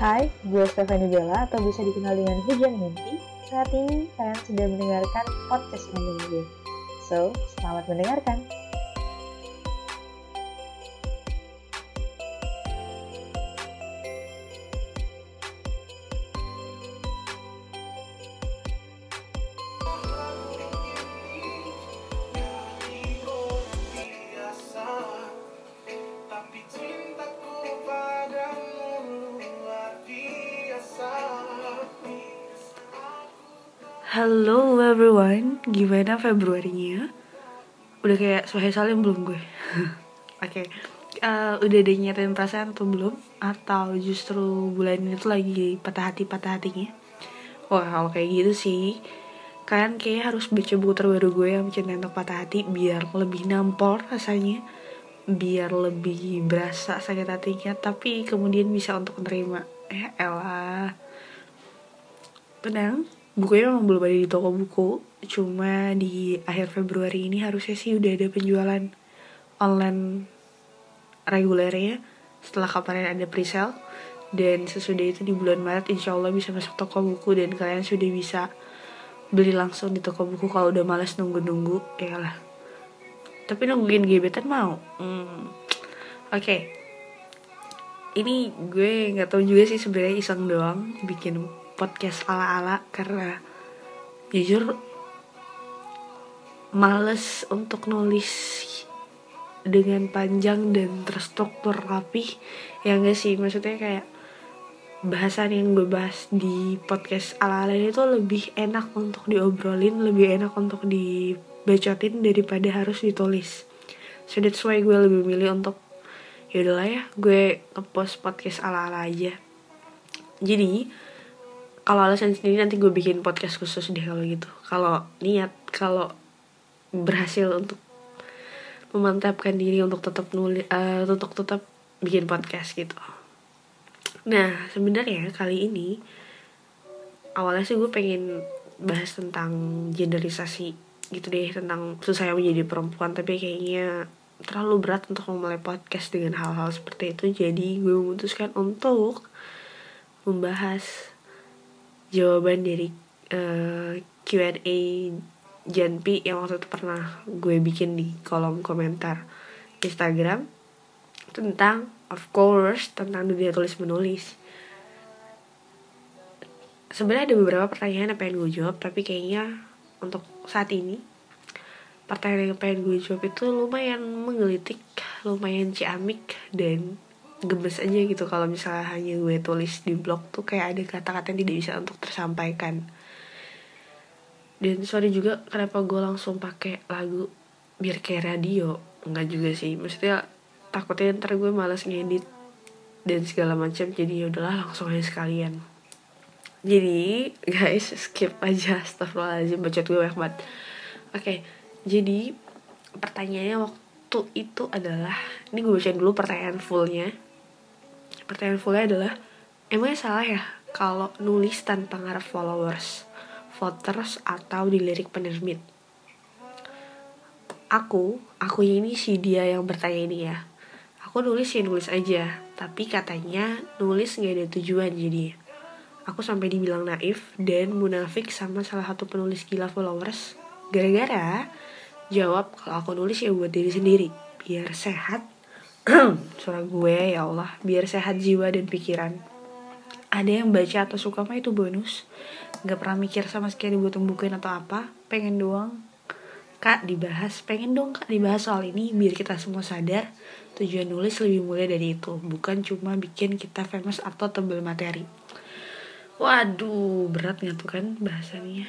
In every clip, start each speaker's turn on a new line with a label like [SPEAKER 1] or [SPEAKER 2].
[SPEAKER 1] Hai, gue Stephanie Bella atau bisa dikenal dengan Hujan Mimpi. Saat ini kalian sudah mendengarkan podcast random gue. So, selamat mendengarkan.
[SPEAKER 2] Hello everyone, gimana Februarinya? Udah kayak Suhail Salim belum gue? Oke. Udah ada nyatain perasaan atau belum? Atau justru bulan ini tuh lagi patah hatinya? Wah, kalau kayak gitu sih kalian kayak harus baca buku terbaru gue yang Cinta Untuk Patah Hati, biar lebih nampol rasanya, biar lebih berasa sakit hatinya, tapi kemudian bisa untuk menerima. Elah, tenang, bukunya memang belum ada di toko buku. Cuma di akhir Februari ini harusnya sih udah ada penjualan online regulernya, setelah kemarin ada pre-sale. Dan sesudah itu di bulan Maret insya Allah bisa masuk toko buku, dan kalian sudah bisa beli langsung di toko buku kalau udah males nunggu-nunggu. Yalah, tapi nungguin gebetan mau. Oke. Ini gue gak tahu juga sih, sebenarnya iseng doang bikin podcast ala-ala, karena jujur males untuk nulis dengan panjang dan terstruktur rapih. Ya gak sih, maksudnya kayak bahasan yang gue bahas di podcast ala-ala ini tuh lebih enak untuk diobrolin, lebih enak untuk dibacotin daripada harus ditulis. So that's why gue lebih milih untuk yaudahlah ya, gue ngepost podcast ala-ala aja. Jadi kalau alasan sendiri nanti gue bikin podcast khusus deh kalau gitu. Kalau berhasil untuk memantapkan diri untuk tetap nulis, untuk tetap bikin podcast gitu. Nah, sebenarnya kali ini awalnya sih gue pengen bahas tentang genderisasi gitu deh, tentang susahnya menjadi perempuan, tapi kayaknya terlalu berat untuk memulai podcast dengan hal-hal seperti itu. Jadi gue memutuskan untuk membahas jawaban dari Q&A Janpi yang waktu itu pernah gue bikin di kolom komentar Instagram tentang, of course, tentang dunia tulis menulis. Sebenarnya ada beberapa pertanyaan yang pengen gue jawab, tapi kayaknya untuk saat ini pertanyaan yang pengen gue jawab itu lumayan menggelitik, lumayan ciamik, dan gemes aja gitu kalau misalnya hanya gue tulis di blog tuh kayak ada kata-kata yang tidak bisa untuk tersampaikan. Dan sorry juga kenapa gue langsung pakai lagu biar kayak radio. Enggak juga sih, maksudnya takutnya ntar gue malas ngedit dan segala macam, jadi yaudahlah langsung aja sekalian. Jadi guys, skip aja, astagfirullahaladzim, bacot gue banyak banget. Oke, jadi pertanyaannya waktu itu adalah, ini gue bacain dulu pertanyaan fullnya. Pertanyaan fullnya adalah, emangnya salah ya kalau nulis tanpa ngarep followers, voters, atau dilirik penerbit? Aku ini si dia yang bertanya ini ya. Aku nulis aja, tapi katanya nulis gak ada tujuan jadi. Aku sampai dibilang naif dan munafik sama salah satu penulis gila followers, gara-gara jawab kalau aku nulis ya buat diri sendiri, biar sehat suara gue, ya Allah, biar sehat jiwa dan pikiran. Ada yang baca atau suka mah itu bonus, gak pernah mikir sama sekali buat membukuin atau apa. Pengen doang kak dibahas soal ini, biar kita semua sadar tujuan nulis lebih mulia dari itu, bukan cuma bikin kita famous atau tebel materi. Waduh, berat gak tuh kan bahasannya.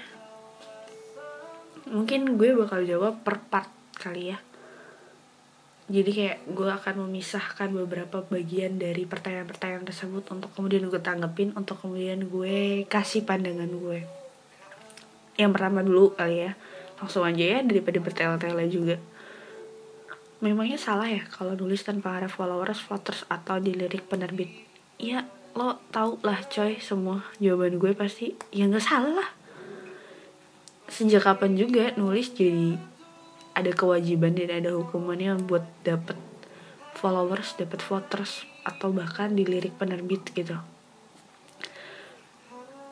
[SPEAKER 2] Mungkin gue bakal jawab per part kali ya. Jadi kayak gue akan memisahkan beberapa bagian dari pertanyaan-pertanyaan tersebut untuk kemudian gue tanggepin, untuk kemudian gue kasih pandangan gue. Yang pertama dulu kali ya, langsung aja ya daripada bertele-tele juga. Memangnya salah ya kalau nulis tanpa ada followers, voters, atau dilirik penerbit? Ya lo tau lah coy, semua jawaban gue pasti ya gak salah lah. Sejak kapan juga nulis jadi ada kewajiban dan ada hukumannya buat dapet followers, dapet voters, atau bahkan dilirik penerbit gitu.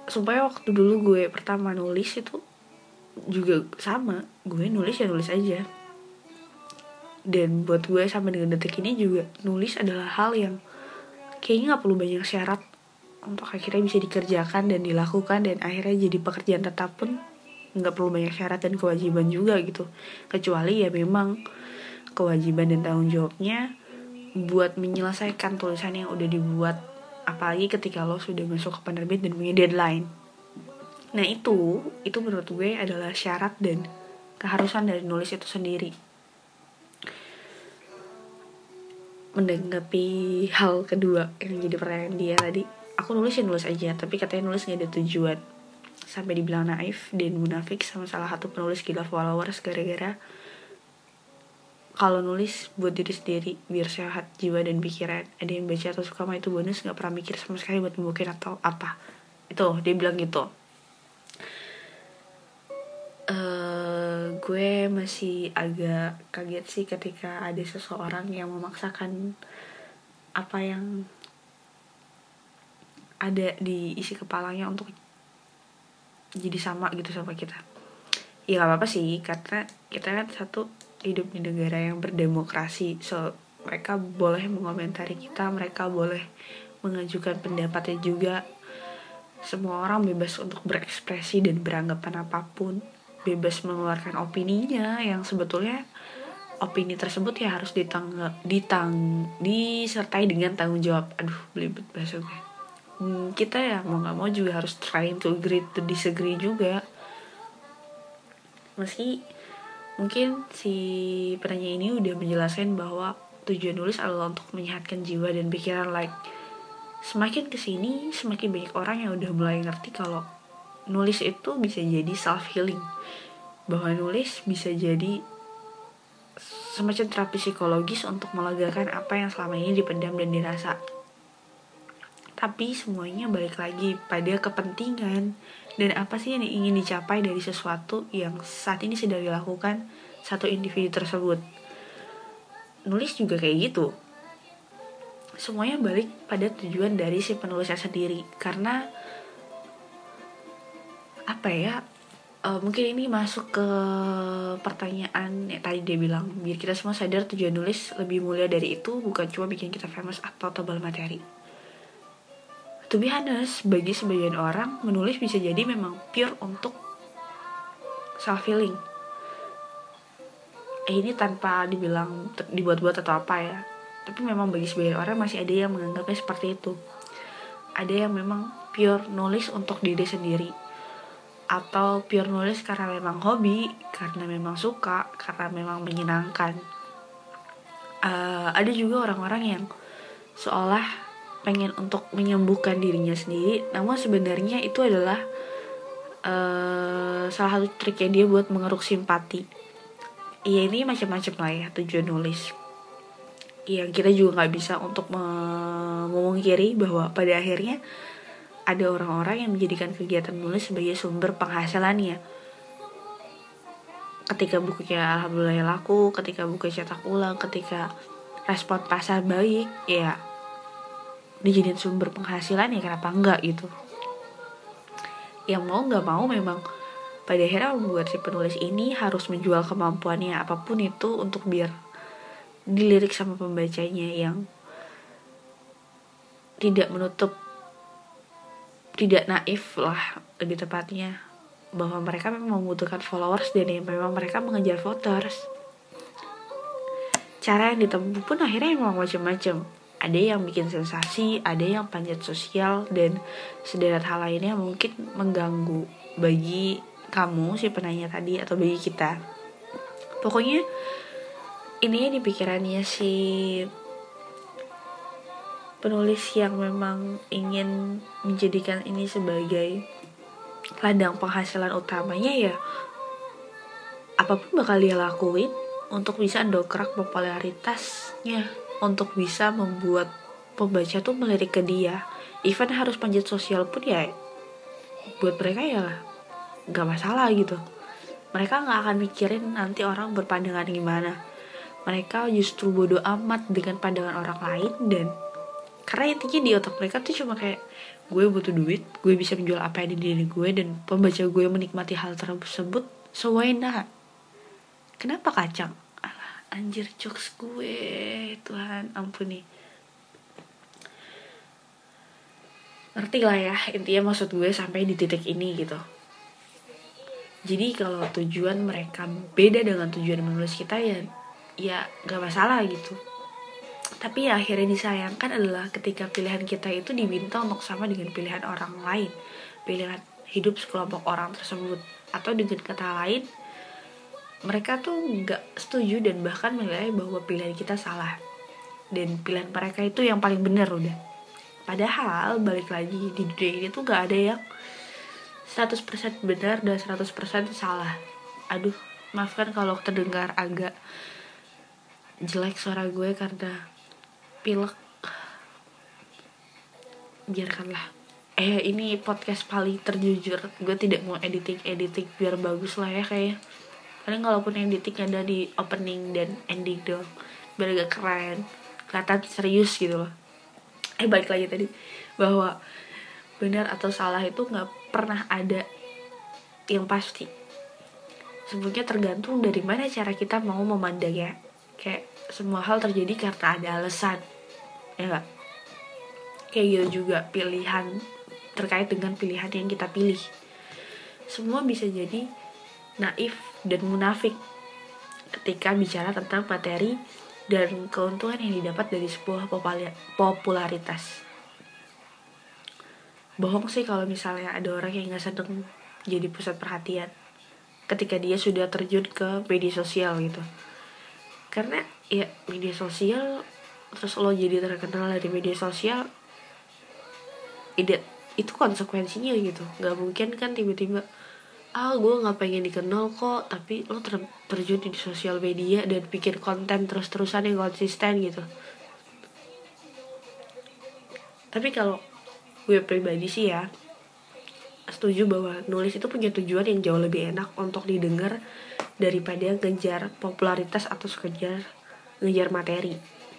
[SPEAKER 2] supaya waktu dulu gue pertama nulis itu juga sama, gue nulis ya nulis aja. Dan buat gue sampai dengan detik ini juga nulis adalah hal yang kayaknya gak perlu banyak syarat untuk akhirnya bisa dikerjakan dan dilakukan, dan akhirnya jadi pekerjaan tetap pun gak perlu banyak syarat dan kewajiban juga gitu. Kecuali ya memang kewajiban dan tanggung jawabnya buat menyelesaikan tulisan yang udah dibuat, apalagi ketika lo sudah masuk ke penerbit dan punya deadline. Nah itu menurut gue adalah syarat dan keharusan dari nulis itu sendiri. Menanggapi hal kedua yang jadi pertanyaan dia tadi, aku nulis aja, tapi katanya nulis gak ada tujuan. Sampai dibilang naif dan munafik sama salah satu penulis gila followers gara-gara kalau nulis buat diri sendiri biar sehat jiwa dan pikiran. Ada yang baca atau suka mah itu bonus, gak pernah mikir sama sekali buat membukin atau apa. Itu dia bilang gitu. Gue masih agak kaget sih ketika ada seseorang yang memaksakan apa yang ada di isi kepalanya untuk jadi sama gitu sama kita. Ya gak apa-apa sih, karena kita kan satu hidup di negara yang berdemokrasi, so mereka boleh mengomentari kita, mereka boleh mengajukan pendapatnya juga. Semua orang bebas untuk berekspresi dan beranggapan apapun, bebas mengeluarkan opininya yang sebetulnya opini tersebut ya harus disertai dengan tanggung jawab. Aduh, belibet bahasa gue. Kita ya mau gak mau juga harus trying to agree to disagree juga. Meski mungkin si penanya ini udah menjelaskan bahwa tujuan nulis adalah untuk menyehatkan jiwa dan pikiran. Like semakin kesini semakin banyak orang yang udah mulai ngerti kalau nulis itu bisa jadi self healing, bahwa nulis bisa jadi semacam terapi psikologis untuk melegakan apa yang selama ini dipendam dan dirasa. Tapi semuanya balik lagi pada kepentingan dan apa sih yang ingin dicapai dari sesuatu yang saat ini sedang dilakukan satu individu tersebut. Nulis juga kayak gitu. Semuanya balik pada tujuan dari si penulisnya sendiri. Karena apa ya, mungkin ini masuk ke pertanyaan yang tadi dia bilang, biar kita semua sadar tujuan nulis lebih mulia dari itu, bukan cuma bikin kita famous atau tebal materi. To be honest, bagi sebagian orang menulis bisa jadi memang pure untuk self healing. Ini tanpa dibilang dibuat-buat atau apa ya, tapi memang bagi sebagian orang masih ada yang menganggapnya seperti itu. Ada yang memang pure nulis untuk diri sendiri, atau pure nulis karena memang hobi, karena memang suka, karena memang menyenangkan. Ada juga orang-orang yang seolah pengen untuk menyembuhkan dirinya sendiri, namun sebenarnya itu adalah salah satu triknya dia buat mengeruk simpati. Ya ini macam-macam lah ya tujuan nulis. Yang kita juga gak bisa untuk memungkiri bahwa pada akhirnya ada orang-orang yang menjadikan kegiatan menulis sebagai sumber penghasilannya. Ketika bukunya alhamdulillah laku, ketika buku cetak ulang, ketika respon pasar baik, ya dijadiin sumber penghasilan, ya kenapa enggak gitu. Yang mau gak mau memang pada akhirnya membuat si penulis ini harus menjual kemampuannya apapun itu untuk biar dilirik sama pembacanya, yang tidak naif lah lebih tepatnya, bahwa mereka memang membutuhkan followers dan memang mereka mengejar voters. Cara yang ditempuh pun akhirnya memang macam-macam. Ada yang bikin sensasi, ada yang panjat sosial, dan sederet hal lainnya mungkin mengganggu bagi kamu si penanya tadi atau bagi kita. Pokoknya ini di pikirannya si penulis yang memang ingin menjadikan ini sebagai ladang penghasilan utamanya, ya apapun bakal dia lakuin untuk bisa mendongkrak popularitasnya, untuk bisa membuat pembaca tuh melirik ke dia. Even harus panjat sosial pun ya buat mereka ya gak masalah gitu. Mereka gak akan mikirin nanti orang berpandangan gimana. Mereka justru bodoh amat dengan pandangan orang lain, dan karena intinya di otak mereka tuh cuma kayak gue butuh duit, gue bisa menjual apa yang di diri gue, dan pembaca gue menikmati hal tersebut. So why not? Kenapa kacang? Alah, anjir, jokes gue, Tuhan ampuni. Ngerti lah ya, intinya maksud gue sampai di titik ini gitu. Jadi kalau tujuan mereka beda dengan tujuan menulis kita, ya gak masalah gitu. Tapi ya akhirnya disayangkan adalah ketika pilihan kita itu diminta untuk sama dengan pilihan orang lain, pilihan hidup sekelompok orang tersebut. Atau dengan kata lain, mereka tuh gak setuju dan bahkan menilai bahwa pilihan kita salah, dan pilihan mereka itu yang paling benar udah. Padahal balik lagi, di dunia ini tuh gak ada yang 100% benar dan 100% salah. Aduh, maafkan kalau terdengar agak jelek suara gue karena pilek. Biarkanlah. Ini podcast paling terjujur. Gue tidak mau editing biar bagus lah ya kayaknya. Paling kalaupun editing ada di opening dan ending doang, biar agak keren, kelihatan serius gitu loh. Balik lagi tadi, bahwa benar atau salah itu gak pernah ada yang pasti. Sebenarnya tergantung dari mana cara kita mau memandangnya. Kayak semua hal terjadi karena ada alasan, ya gak? Kayak gitu juga pilihan, terkait dengan pilihan yang kita pilih. Semua bisa jadi naif dan munafik ketika bicara tentang materi dan keuntungan yang didapat dari sebuah popularitas. Bohong sih kalau misalnya ada orang yang gak seneng jadi pusat perhatian ketika dia sudah terjun ke media sosial gitu. Karena ya media sosial, terus lo jadi terkenal dari media sosial, itu konsekuensinya gitu. Gak mungkin kan tiba-tiba gue gak pengen dikenal kok, tapi lo terjun di sosial media dan bikin konten terus-terusan yang konsisten gitu. Tapi kalau gue pribadi sih ya setuju bahwa nulis itu punya tujuan yang jauh lebih enak untuk didengar daripada ngejar popularitas atau sekedar ngejar materi.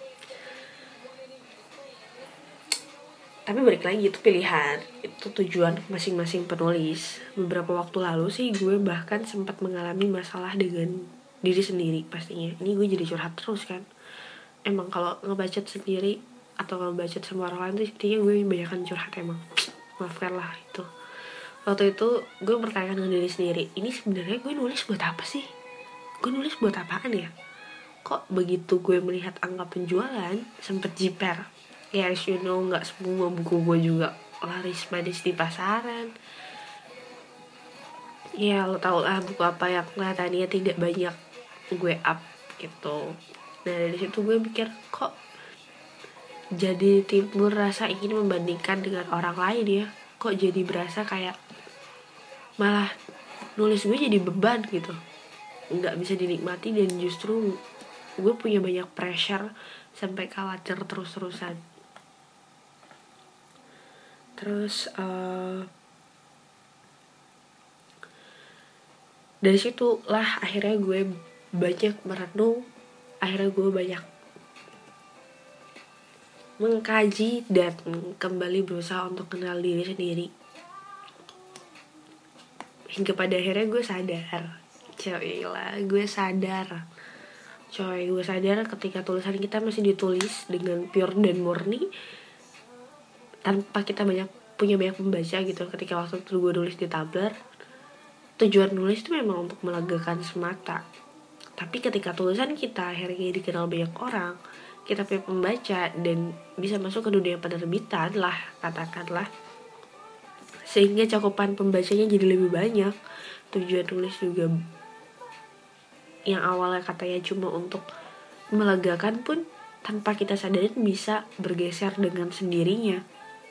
[SPEAKER 2] Tapi balik lagi, itu pilihan, itu tujuan masing-masing penulis. Beberapa waktu lalu sih gue bahkan sempat mengalami masalah dengan diri sendiri pastinya. Ini gue jadi curhat terus kan. Emang kalau ngebacot sendiri atau ngebacot sama orang lain tuh intinya gue banyakan curhat emang. Maafkan lah itu. Waktu itu gue bertanya dengan diri sendiri, ini sebenarnya gue nulis buat apa sih? Gue nulis buat apaan ya? Kok begitu gue melihat angka penjualan sempet jiper. Ya as you know, gak semua buku gue juga laris manis di pasaran. Ya lo tau lah buku apa yang kelihatannya tidak banyak gue up gitu. Nah dari situ gue mikir, kok jadi timbul rasa ingin membandingkan dengan orang lain ya. Kok jadi berasa kayak malah nulis gue jadi beban gitu, gak bisa dinikmati, dan justru gue punya banyak pressure sampai khawatir terus-terusan. Terus dari situ lah akhirnya gue banyak merenung, akhirnya gue banyak mengkaji dan kembali berusaha untuk kenal diri sendiri. Hingga pada akhirnya gue sadar, gue sadar ketika tulisan kita masih ditulis dengan pure dan murni, tanpa kita punya banyak pembaca gitu. Ketika waktu itu gue nulis di Tumblr, tujuan nulis itu memang untuk melegakan semata. Tapi ketika tulisan kita akhirnya dikenal banyak orang, kita punya pembaca dan bisa masuk ke dunia penerbitan lah, katakanlah, sehingga cakupan pembacanya jadi lebih banyak. Tujuan nulis juga yang awalnya katanya cuma untuk melegakan pun tanpa kita sadarin bisa bergeser dengan sendirinya.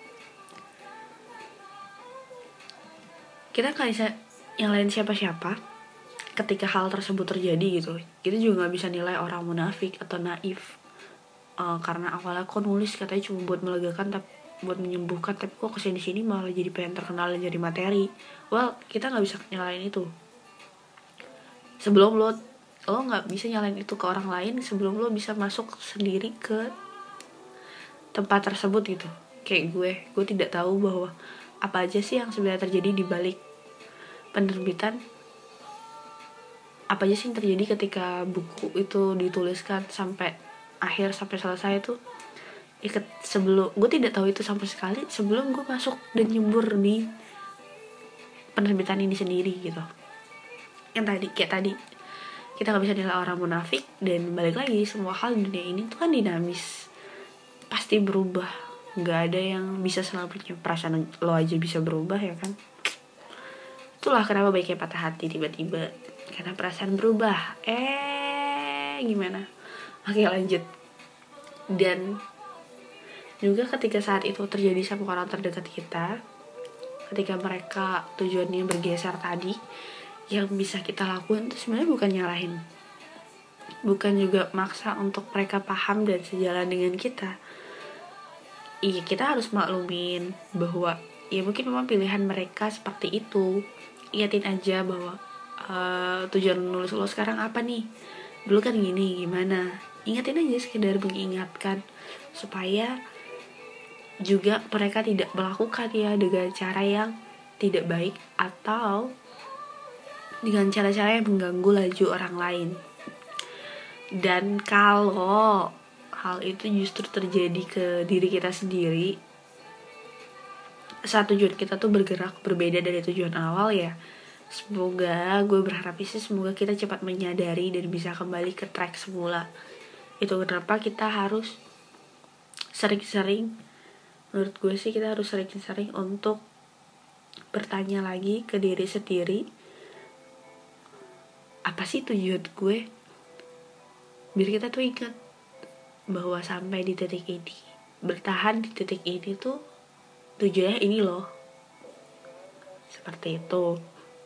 [SPEAKER 2] Kita gak bisa nyalain siapa-siapa ketika hal tersebut terjadi gitu. Kita juga gak bisa nilai orang munafik atau naif karena awalnya kok nulis katanya cuma buat melegakan, tapi buat menyembuhkan, tapi kok kesini-sini malah jadi pengen terkenal dan jadi materi. Well, kita gak bisa nyalain itu. Sebelum lo gak bisa nyalain itu ke orang lain, sebelum lo bisa masuk sendiri ke tempat tersebut gitu. kayak gue tidak tahu bahwa apa aja sih yang sebenarnya terjadi di balik penerbitan, apa aja sih yang terjadi ketika buku itu dituliskan sampai akhir, sampai selesai itu. Sebelum gue tidak tahu itu sama sekali sebelum gue masuk dan nyebur di penerbitan ini sendiri gitu. Yang tadi kita nggak bisa nilai orang munafik, dan balik lagi semua hal di dunia ini tuh kan dinamis, pasti berubah, nggak ada yang bisa selamanya. Perasaan lo aja bisa berubah ya kan. Itulah kenapa baiknya patah hati tiba-tiba, karena perasaan berubah. Gimana? Oke, lanjut. Dan juga ketika saat itu terjadi sama orang terdekat kita, ketika mereka tujuannya bergeser tadi, yang bisa kita lakukan itu sebenarnya bukan nyalahin, bukan juga maksa untuk mereka paham dan sejalan dengan kita. Iya, kita harus maklumin bahwa ya mungkin memang pilihan mereka seperti itu. Ingatin aja bahwa tujuan nulis lo sekarang apa nih, dulu kan gini, gimana. Ingatin aja, sekedar mengingatkan supaya juga mereka tidak melakukan ya dengan cara yang tidak baik atau dengan cara-cara yang mengganggu laju orang lain. Dan kalau hal itu justru terjadi ke diri kita sendiri saat tujuan kita tuh bergerak berbeda dari tujuan awal, ya semoga, gue berharap sih semoga kita cepat menyadari dan bisa kembali ke track semula. Itu kenapa kita harus sering-sering, menurut gue sih kita harus sering-sering untuk bertanya lagi ke diri sendiri, apa sih tujuan gue, biar kita tuh ingat bahwa sampai di titik ini, bertahan di titik ini tuh tujuannya ini loh, seperti itu.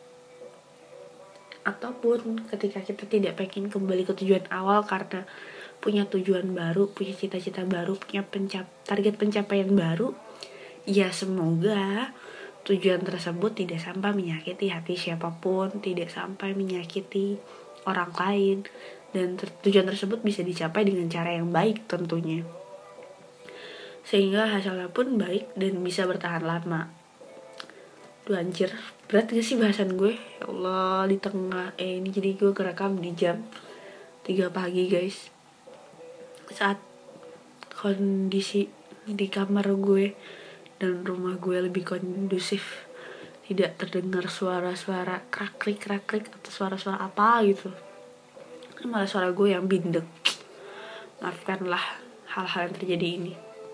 [SPEAKER 2] Ataupun ketika kita tidak pengen kembali ke tujuan awal karena punya tujuan baru, punya cita-cita baru, punya target pencapaian baru, ya semoga tujuan tersebut tidak sampai menyakiti hati siapapun, tidak sampai menyakiti orang lain, dan tujuan tersebut bisa dicapai dengan cara yang baik tentunya, sehingga hasilnya pun baik dan bisa bertahan lama. Duh anjir, berat gak sih bahasan gue? Ya Allah, di tengah ini jadi gue kerekam di jam 3 pagi guys, saat kondisi di kamar gue dan rumah gue lebih kondusif, tidak terdengar suara-suara kraklik atau suara-suara apa gitu. Ini malah suara gue yang bindeng. Maafkanlah hal-hal yang terjadi ini.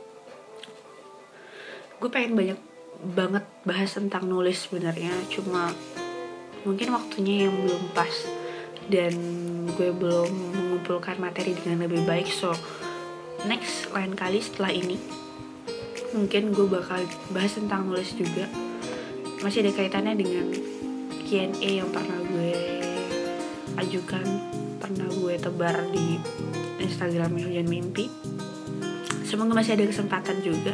[SPEAKER 2] Gue pengen banget bahas tentang nulis sebenarnya, cuma mungkin waktunya yang belum pas dan gue belum mengumpulkan materi dengan lebih baik. So next, lain kali setelah ini mungkin gue bakal bahas tentang nulis juga, masih ada kaitannya dengan Q&A yang pernah gue ajukan, pernah gue tebar di Instagram Hujan Mimpi. Semoga masih ada kesempatan juga.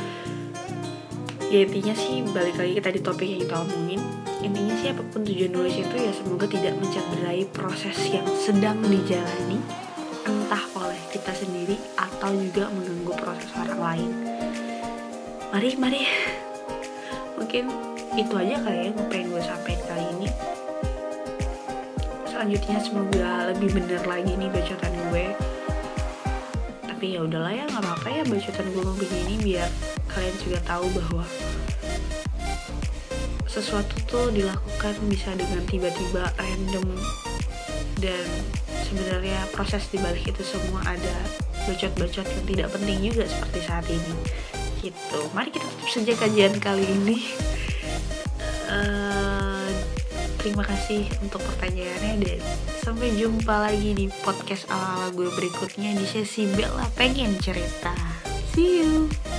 [SPEAKER 2] Ya intinya sih balik lagi kita di topik yang kita omongin, intinya sih apapun tujuan nulis itu ya semoga tidak mencederai proses yang sedang dijalani, entah oleh kita sendiri atau juga mengganggu proses orang lain. Mari mungkin itu aja kali ya yang pengen gue sampaikan kali ini. Selanjutnya semoga lebih bener lagi nih bacotan gue, tapi ya udahlah ya, nggak apa-apa ya bacotan gue begini, biar kalian juga tahu bahwa sesuatu tuh dilakukan bisa dengan tiba-tiba, random, dan sebenarnya proses dibalik itu semua ada bacot-bacot yang tidak penting juga seperti saat ini gitu. Mari kita tutup saja kajian kali ini. Terima kasih untuk pertanyaannya, dan sampai jumpa lagi di podcast ala-ala gue berikutnya di sesi Bella Pengen Cerita. See you.